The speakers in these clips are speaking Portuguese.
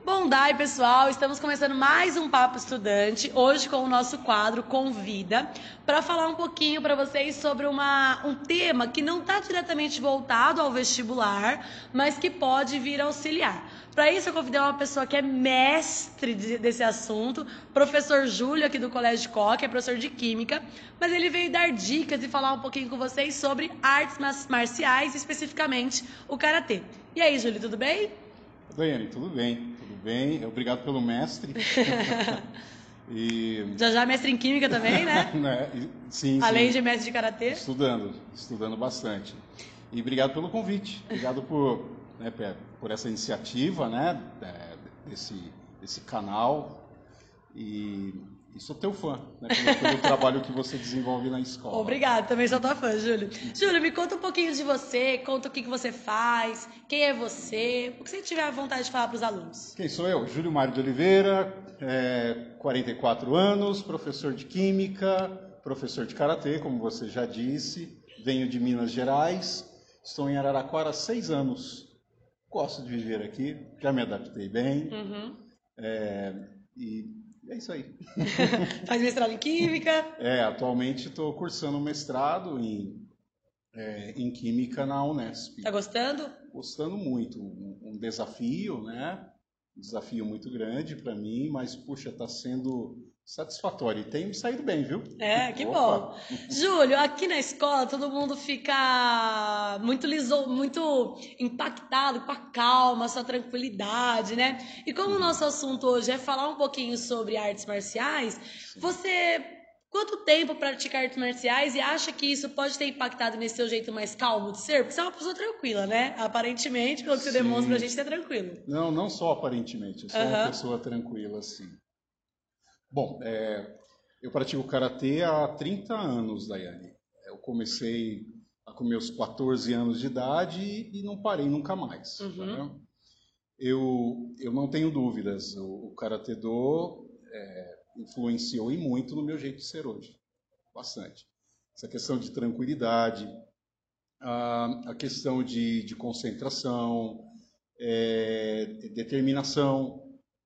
Bom dia, pessoal. Estamos começando mais um Papo Estudante, hoje com o nosso quadro Convida, para falar um pouquinho para vocês sobre um tema que não está diretamente voltado ao vestibular, mas que pode vir auxiliar. Para isso, eu convidei uma pessoa que é mestre desse assunto, professor Júlio, aqui do Colégio Coque, é professor de Química, mas ele veio dar dicas e falar um pouquinho com vocês sobre artes marciais, especificamente o Karatê. E aí, Júlio, tudo bem? Daiane, tudo bem, tudo bem. Obrigado pelo mestre. E, Já mestre em Química também, né? Sim, Além sim. de mestre de Karatê. Estudando bastante. E obrigado pelo convite. Obrigado por essa iniciativa, né? Desse canal. E sou teu fã, né? Pelo trabalho que você desenvolve na escola. Obrigada, também sou tua fã, Júlio. Júlio, me conta um pouquinho de você, conta o que você faz, quem é você, o que você tiver vontade de falar para os alunos. Quem sou eu? Júlio Mário de Oliveira, 44 anos, professor de Química, professor de Karatê, como você já disse, venho de Minas Gerais, estou em Araraquara há 6 anos, gosto de viver aqui, já me adaptei bem, e é isso aí. Faz mestrado em Química? Atualmente estou cursando um mestrado em Química na Unesp. Tá gostando? Gostando muito, um desafio, né? Um desafio muito grande para mim, mas, puxa, está sendo satisfatório. E tem me saído bem, viu? Que Opa. bom. Júlio, aqui na escola todo mundo fica muito muito impactado com a calma, sua tranquilidade, né? E como o nosso assunto hoje é falar um pouquinho sobre artes marciais, você quanto tempo pratica artes marciais e acha que isso pode ter impactado nesse seu jeito mais calmo de ser? Porque você é uma pessoa tranquila, né? Aparentemente, pelo que você demonstra pra gente, você é tranquilo. Não só aparentemente, eu sou uma pessoa tranquila, sim. Bom, eu pratico Karatê há 30 anos, Daiane. Eu comecei com meus 14 anos de idade e não parei nunca mais. Tá? Eu não tenho dúvidas, o Karatê Do influenciou e muito no meu jeito de ser hoje. Bastante. Essa questão de tranquilidade, a questão de concentração, determinação.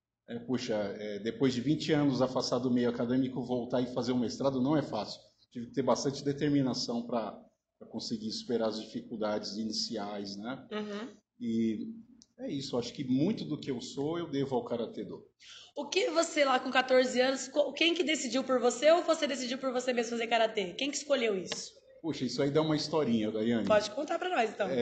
Depois de 20 anos afastado do meio acadêmico, voltar e fazer um mestrado não é fácil. Tive que ter bastante determinação para conseguir superar as dificuldades iniciais, né? E é isso, acho que muito do que eu sou eu devo ao Karatê Do. O que você lá com 14 anos, quem que decidiu por você ou você decidiu por você mesmo fazer Karatê? Quem que escolheu isso? Puxa, isso aí dá uma historinha, Daiane. Pode contar pra nós, então.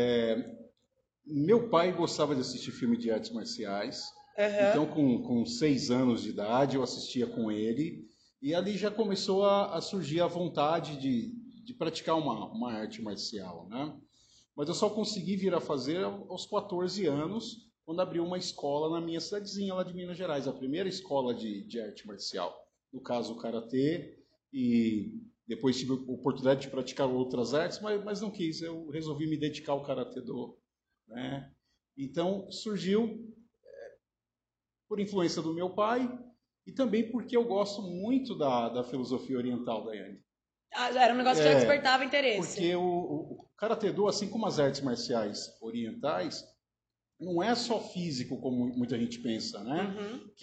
Meu pai gostava de assistir filme de artes marciais. Então, com 6 anos de idade, eu assistia com ele. E ali já começou a surgir a vontade de praticar uma arte marcial, né? Mas eu só consegui vir a fazer aos 14 anos, quando abriu uma escola na minha cidadezinha lá de Minas Gerais, a primeira escola de arte marcial. No caso, o Karatê, e depois tive a oportunidade de praticar outras artes, mas não quis, eu resolvi me dedicar ao Karatê Do, né? Então, surgiu por influência do meu pai e também porque eu gosto muito da filosofia oriental, Daiane. Era um negócio que já despertava interesse. Porque o Karatê Do, assim como as artes marciais orientais, não é só físico, como muita gente pensa, né?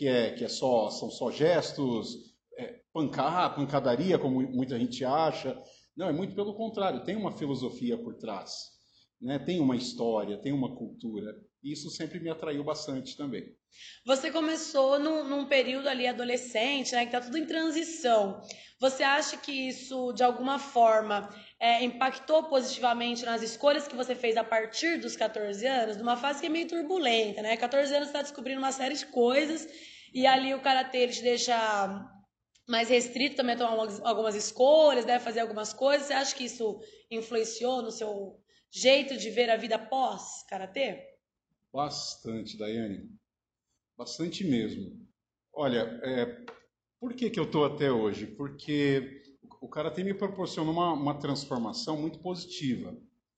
São só gestos, pancadaria, como muita gente acha. Não, é muito pelo contrário, tem uma filosofia por trás, né? Tem uma história, tem uma cultura. E isso sempre me atraiu bastante também. Você começou num período ali adolescente, né, que tá tudo em transição. Você acha que isso, de alguma forma, impactou positivamente nas escolhas que você fez a partir dos 14 anos? Numa fase que é meio turbulenta, né? 14 anos você está descobrindo uma série de coisas e ali o Karatê ele te deixa mais restrito também a tomar algumas escolhas, deve fazer algumas coisas. Você acha que isso influenciou no seu jeito de ver a vida pós Karatê? Bastante, Daiane. Bastante mesmo. Olha, por que eu estou até hoje? Porque o Karatê me proporcionou uma transformação muito positiva.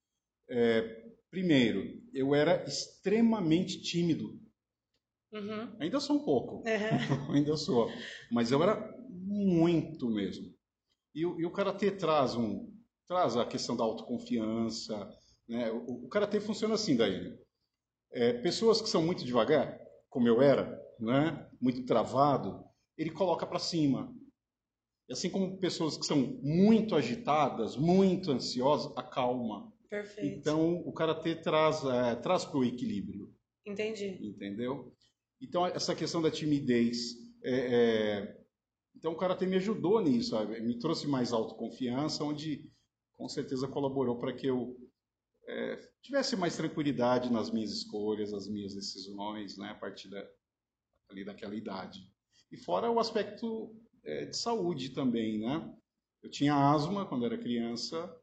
Primeiro, eu era extremamente tímido. Ainda sou um pouco. Ainda sou. Mas eu era muito mesmo. E o Karatê traz a questão da autoconfiança, né? O Karatê funciona assim, Daiane. Pessoas que são muito devagar, como eu era, né? Muito travado, ele coloca para cima. E assim como pessoas que são muito agitadas, muito ansiosas, acalma. Perfeito. Então, o karatê traz para o equilíbrio. Entendi. Entendeu? Então, essa questão da timidez. Então, o karatê me ajudou nisso, sabe? Me trouxe mais autoconfiança, onde com certeza colaborou para que eu tivesse mais tranquilidade nas minhas escolhas, as minhas decisões, né? A partir ali daquela idade. E fora o aspecto de saúde também, né? Eu tinha asma quando era criança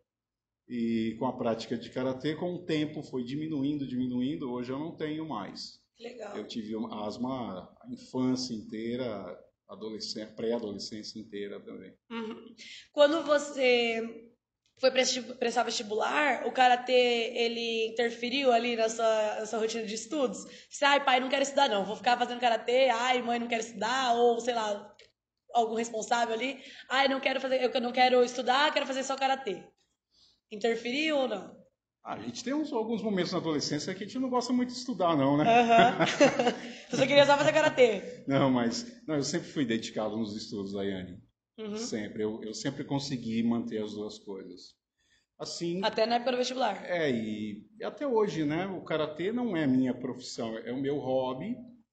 e com a prática de karatê, com o tempo foi diminuindo, hoje eu não tenho mais. Legal. Eu tive asma a infância inteira, pré-adolescência inteira também. Uhum. Quando você foi prestar vestibular, o karatê, ele interferiu ali na sua rotina de estudos? Você, ai, pai, não quero estudar não, vou ficar fazendo karatê, ai, mãe, não quero estudar, ou sei lá, algum responsável ali, ai, eu não quero estudar, quero fazer só karatê. Interferiu ou não? A gente tem alguns momentos na adolescência que a gente não gosta muito de estudar, não, né? Você queria só fazer karatê? Não, eu sempre fui dedicado nos estudos, Daiane. Sempre. Eu sempre consegui manter as duas coisas. Assim, até na época do vestibular. E até hoje, né? O karatê não é minha profissão, é o meu hobby.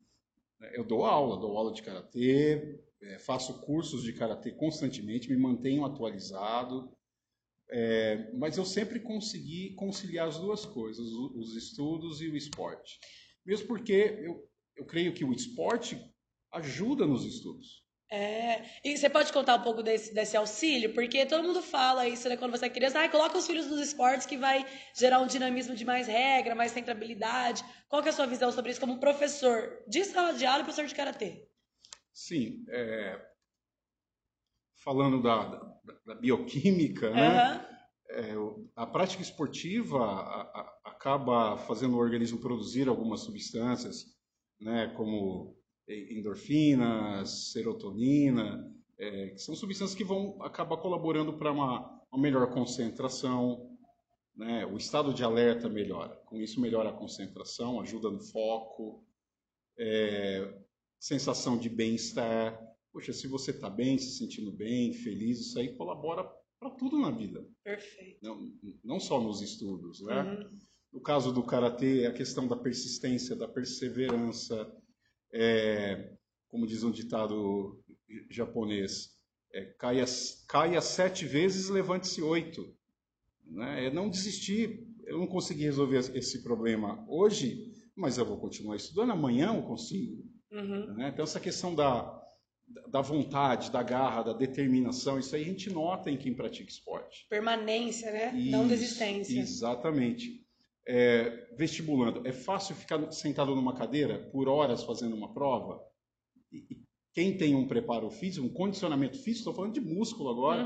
Eu dou aula de karatê, faço cursos de karatê constantemente, me mantenho atualizado. Mas eu sempre consegui conciliar as duas coisas, os estudos e o esporte. Mesmo porque eu creio que o esporte ajuda nos estudos. E você pode contar um pouco desse auxílio? Porque todo mundo fala isso, né, quando você é criança, coloca os filhos nos esportes que vai gerar um dinamismo de mais regra, mais centrabilidade. Qual que é a sua visão sobre isso como professor de sala de aula e professor de karatê? Sim, falando da bioquímica, né? A prática esportiva acaba fazendo o organismo produzir algumas substâncias, né, como endorfinas, serotonina, que são substâncias que vão acabar colaborando para uma melhor concentração, né? O estado de alerta melhora. Com isso melhora a concentração, ajuda no foco, sensação de bem-estar. Poxa, se você está bem, se sentindo bem, feliz, isso aí colabora para tudo na vida. Perfeito. Não só nos estudos, né? No caso do karatê, a questão da persistência, da perseverança, como diz um ditado japonês, caia 7 vezes, levante-se 8. Né? É não desistir. Eu não consegui resolver esse problema hoje, mas eu vou continuar estudando, amanhã eu consigo. Né? Então, essa questão da vontade, da garra, da determinação, isso aí a gente nota em quem pratica esporte. Permanência, né? Não desistência. Exatamente. Vestibulando, é fácil ficar sentado numa cadeira por horas fazendo uma prova? E quem tem um preparo físico, um condicionamento físico, estou falando de músculo agora,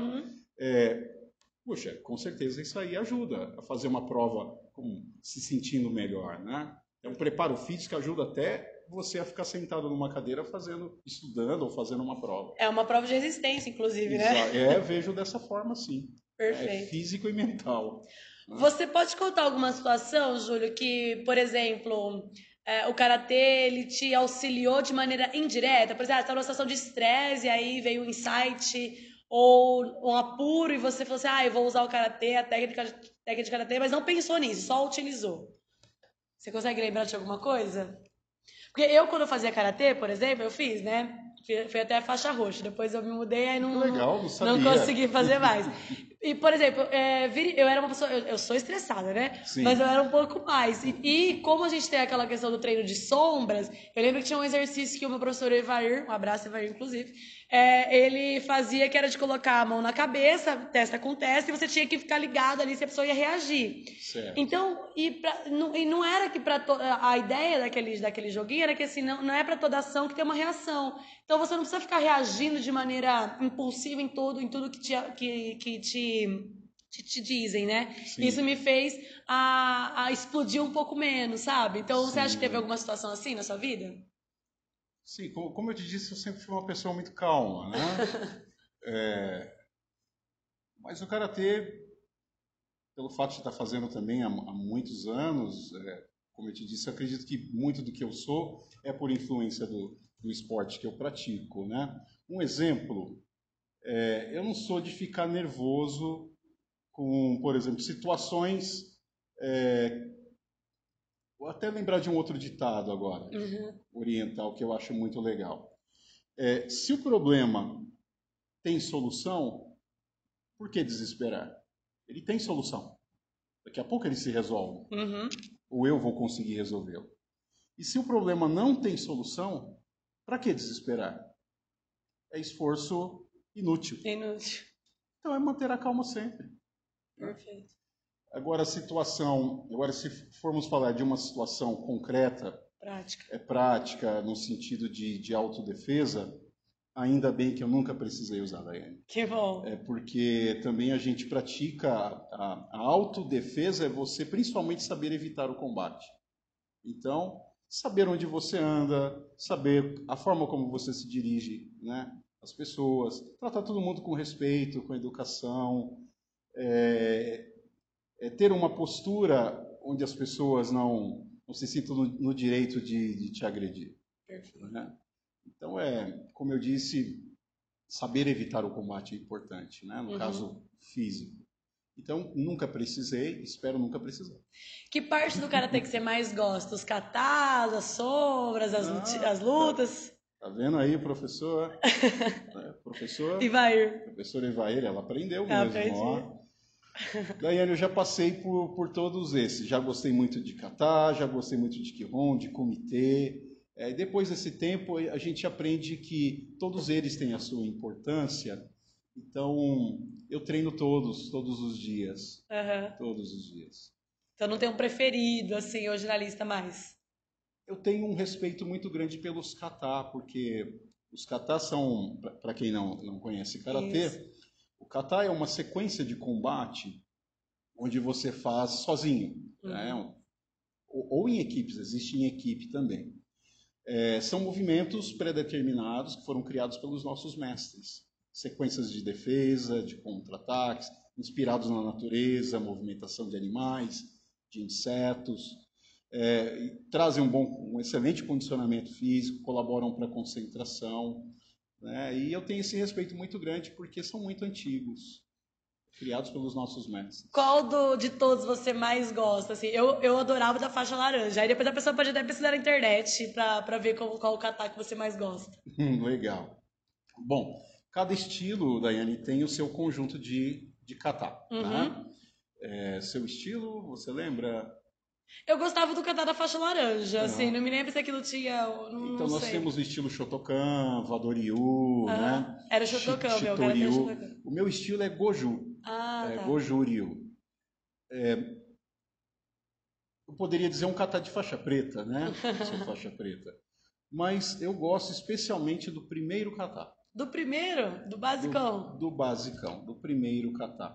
puxa, com certeza isso aí ajuda a fazer uma prova se sentindo melhor, né? É um preparo físico que ajuda até você a ficar sentado numa cadeira estudando ou fazendo uma prova. É uma prova de resistência, inclusive, né? Vejo dessa forma, sim. Perfeito. Físico e mental. Né? Você pode contar alguma situação, Júlio, que, por exemplo, o karatê ele te auxiliou de maneira indireta? Por exemplo, você estava numa situação de estresse e aí veio um insight ou um apuro e você falou assim, eu vou usar o karatê, a técnica de karatê, mas não pensou nisso, só utilizou. Você consegue lembrar de alguma coisa? Porque eu, quando eu fazia karatê, por exemplo, eu fiz, né? Fui até a faixa roxa. Depois eu me mudei e não consegui fazer mais. E, por exemplo, eu era uma pessoa... Eu sou estressada, né? Sim. Mas eu era um pouco mais. E como a gente tem aquela questão do treino de sombras, eu lembro que tinha um exercício que o meu professor Evair, um abraço Evair, inclusive, ele fazia que era de colocar a mão na cabeça, testa com testa, e você tinha que ficar ligado ali se a pessoa ia reagir. Certo. Então, não era que a ideia daquele joguinho era que assim, não é para toda ação que tem uma reação. Então você não precisa ficar reagindo de maneira impulsiva em tudo que te dizem, né? Sim. Isso me fez a explodir um pouco menos, sabe? Então, Sim. Você acha que teve alguma situação assim na sua vida? Sim, como eu te disse, eu sempre fui uma pessoa muito calma, né? Mas o karatê, pelo fato de estar fazendo também há muitos anos, como eu te disse, eu acredito que muito do que eu sou é por influência do esporte que eu pratico, né? Um exemplo, eu não sou de ficar nervoso com, por exemplo, situações... vou até lembrar de um outro ditado agora, oriental, que eu acho muito legal. Se o problema tem solução, por que desesperar? Ele tem solução. Daqui a pouco ele se resolve. Ou eu vou conseguir resolvê-lo. E se o problema não tem solução, para que desesperar? É esforço inútil. Inútil. Então é manter a calma sempre. Perfeito. Agora, se formos falar de uma situação concreta, prática no sentido de autodefesa, ainda bem que eu nunca precisei usar, Daiane. Que bom. Porque também a gente pratica a autodefesa, é você principalmente saber evitar o combate. Então, saber onde você anda, saber a forma como você se dirige, né, às pessoas, tratar todo mundo com respeito, com educação, ter uma postura onde as pessoas não se sintam no direito de te agredir. Perfeito. Né? Então, como eu disse, saber evitar o combate é importante, né? No caso físico. Então, nunca precisei, espero nunca precisar. Que parte do karatê que você mais gosta? Os katas, as sombras, as lutas? Tá vendo aí, professor? Professor Ivair. Professor Ivair, ela aprendeu mesmo. Ó. Daiane, eu já passei por todos esses. Já gostei muito de kata, já gostei muito de kihon, de comitê. Depois desse tempo, a gente aprende que todos eles têm a sua importância. Então, eu treino todos os dias. Todos os dias. Então, não tem um preferido, assim, ou generalista mais? Eu tenho um respeito muito grande pelos kata, porque os kata são, para quem não conhece karatê, o kata é uma sequência de combate onde você faz sozinho, né? Ou em equipes, existe em equipe também. São movimentos pré-determinados que foram criados pelos nossos mestres. Sequências de defesa, de contra-ataques, inspirados na natureza, movimentação de animais, de insetos, trazem um excelente condicionamento físico, colaboram para a concentração, né? E eu tenho esse respeito muito grande porque são muito antigos, criados pelos nossos mestres. Qual de todos você mais gosta? Assim, eu adorava da faixa laranja. Aí depois a pessoa pode até pesquisar na internet para ver qual o kata que você mais gosta. Legal. Bom, cada estilo, Daiane, tem o seu conjunto de kata, né? Seu estilo, você lembra? Eu gostava do kata da faixa laranja, assim, não me lembro se aquilo tinha... Então nós temos o estilo Shotokan, Vadoryu, né? Era o Shotokan, meu cara era Shotokan. O meu estilo é Goju. Tá. Goju-ryu. Eu poderia dizer um kata de faixa preta, né? Sou faixa preta. Mas eu gosto especialmente do primeiro kata. Do primeiro? Do basicão? Do basicão, do primeiro kata.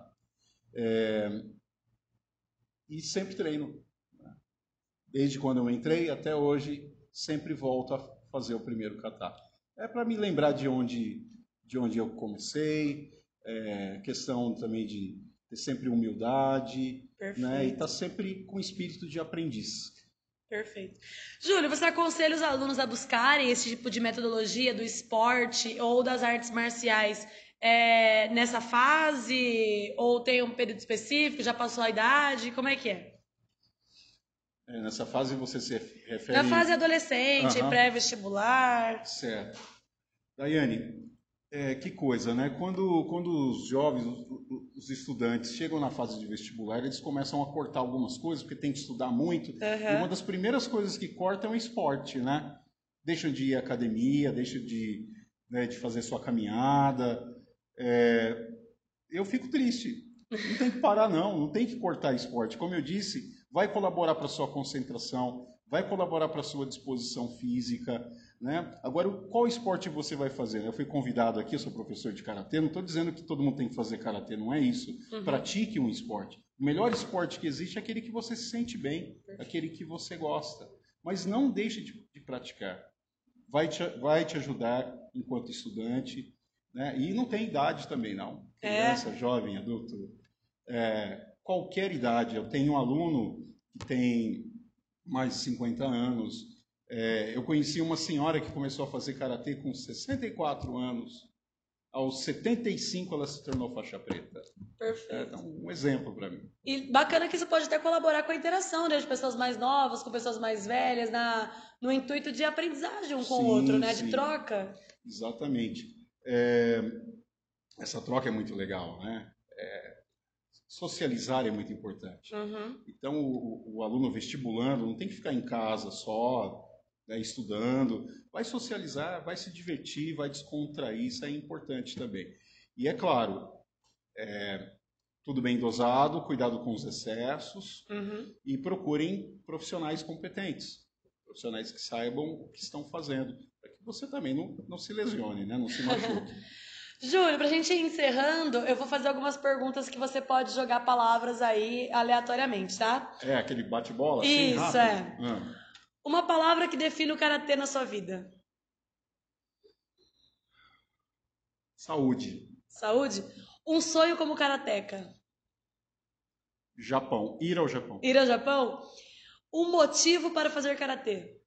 E sempre treino. Desde quando eu entrei até hoje, sempre volto a fazer o primeiro kata. É para me lembrar de onde eu comecei, questão também de ter sempre humildade, né? E estar sempre com espírito de aprendiz. Perfeito. Júlio, você aconselha os alunos a buscarem esse tipo de metodologia do esporte ou das artes marciais nessa fase? Ou tem um período específico? Já passou a idade? Como é que é? Nessa fase você se refere... Na fase adolescente, pré-vestibular. Certo. Daiane, que coisa, né? Quando os jovens, os estudantes chegam na fase de vestibular, eles começam a cortar algumas coisas, porque tem que estudar muito. E uma das primeiras coisas que cortam é o esporte, né? Deixam de ir à academia, deixam de fazer sua caminhada. Eu fico triste. Não tem que parar, não tem que cortar esporte. Como eu disse, vai colaborar para a sua concentração, vai colaborar para a sua disposição física, né? Agora, qual esporte você vai fazer? Eu fui convidado aqui, eu sou professor de karatê, não estou dizendo que todo mundo tem que fazer karatê, não é isso. Pratique um esporte. O melhor esporte que existe é aquele que você se sente bem, aquele que você gosta. Mas não deixe de praticar. Vai te ajudar enquanto estudante, né? E não tem idade também, não. Criança, jovem, adulto, qualquer idade. Eu tenho um aluno que tem mais de 50 anos. Eu conheci uma senhora que começou a fazer karatê com 64 anos. Aos 75 ela se tornou faixa preta. Perfeito. Então, um exemplo para mim. E bacana que isso pode até colaborar com a interação, né, de pessoas mais novas, com pessoas mais velhas, no intuito de aprendizagem um com o outro, né, de troca. Exatamente. Essa troca é muito legal, né? Socializar é muito importante. Uhum. Então, o aluno vestibulando não tem que ficar em casa só, né, estudando, vai socializar, vai se divertir, vai descontrair, isso é importante também. E é claro, tudo bem dosado, cuidado com os excessos, e procurem profissionais competentes, profissionais que saibam o que estão fazendo, para que você também não se lesione, né, não se machuque. Júlio, pra gente ir encerrando, eu vou fazer algumas perguntas que você pode jogar palavras aí aleatoriamente, tá? Aquele bate-bola? Assim, isso, rápido. Uma palavra que define o karatê na sua vida. Saúde. Saúde? Um sonho como karateca. Japão. Ir ao Japão. Ir ao Japão? Um motivo para fazer karatê.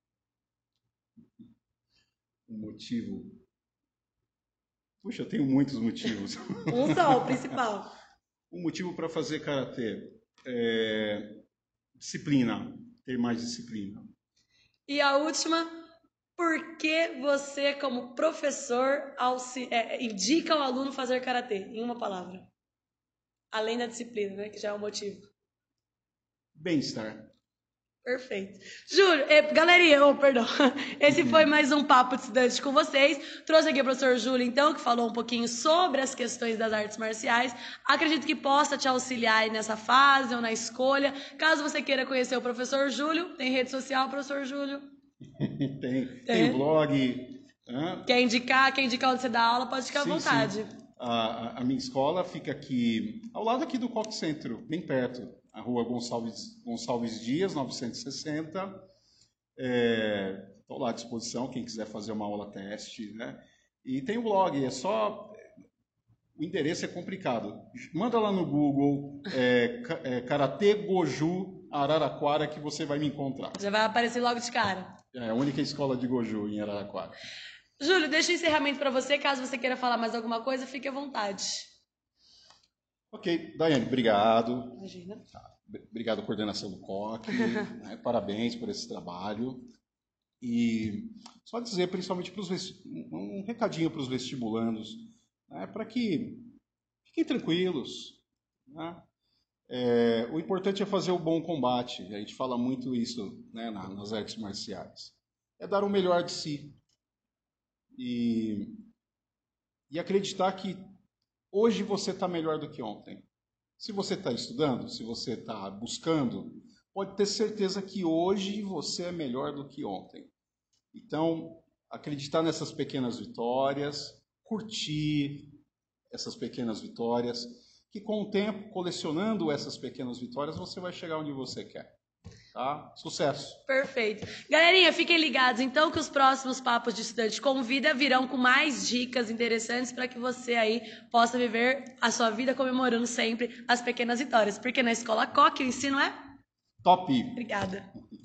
Um motivo... Puxa, eu tenho muitos motivos. Um só, o principal. Um motivo para fazer karatê é disciplina, ter mais disciplina. E a última, por que você, como professor, indica ao aluno fazer karatê? Em uma palavra. Além da disciplina, né? Que já é o motivo. Bem-estar. Perfeito. Júlio, galerinha, perdão. Esse foi mais um Papo de Estudante com vocês. Trouxe aqui o professor Júlio, então, que falou um pouquinho sobre as questões das artes marciais. Acredito que possa te auxiliar aí nessa fase ou na escolha. Caso você queira conhecer o professor Júlio, tem rede social, professor Júlio? Tem blog. Quer indicar onde você dá aula, pode ficar à vontade. Sim. A minha escola fica aqui, ao lado aqui do Coque Centro, bem perto. A rua Gonçalves Dias, 960. Estou lá à disposição, quem quiser fazer uma aula teste, né? E tem o blog, o endereço é complicado. Manda lá no Google, Karatê Goju Araraquara, que você vai me encontrar. Já vai aparecer logo de cara. É a única escola de Goju em Araraquara. Júlio, deixa o encerramento para você. Caso você queira falar mais alguma coisa, fique à vontade. Ok, Daiane, obrigado. Imagina. Obrigado à coordenação do COC, né? Parabéns por esse trabalho. E só dizer, principalmente um recadinho para os vestibulandos, né? Para que fiquem tranquilos. Né? O importante é fazer o bom combate. A gente fala muito isso, né, nas artes marciais. É dar o melhor de si. E acreditar que hoje você está melhor do que ontem. Se você está estudando, se você está buscando, pode ter certeza que hoje você é melhor do que ontem. Então, acreditar nessas pequenas vitórias, curtir essas pequenas vitórias, que com o tempo, colecionando essas pequenas vitórias, você vai chegar onde você quer. Tá? Sucesso! Perfeito. Galerinha, fiquem ligados então que os próximos Papos de Estudante com Vida virão com mais dicas interessantes para que você aí possa viver a sua vida comemorando sempre as pequenas vitórias. Porque na Escola Coque o ensino é... top! Obrigada!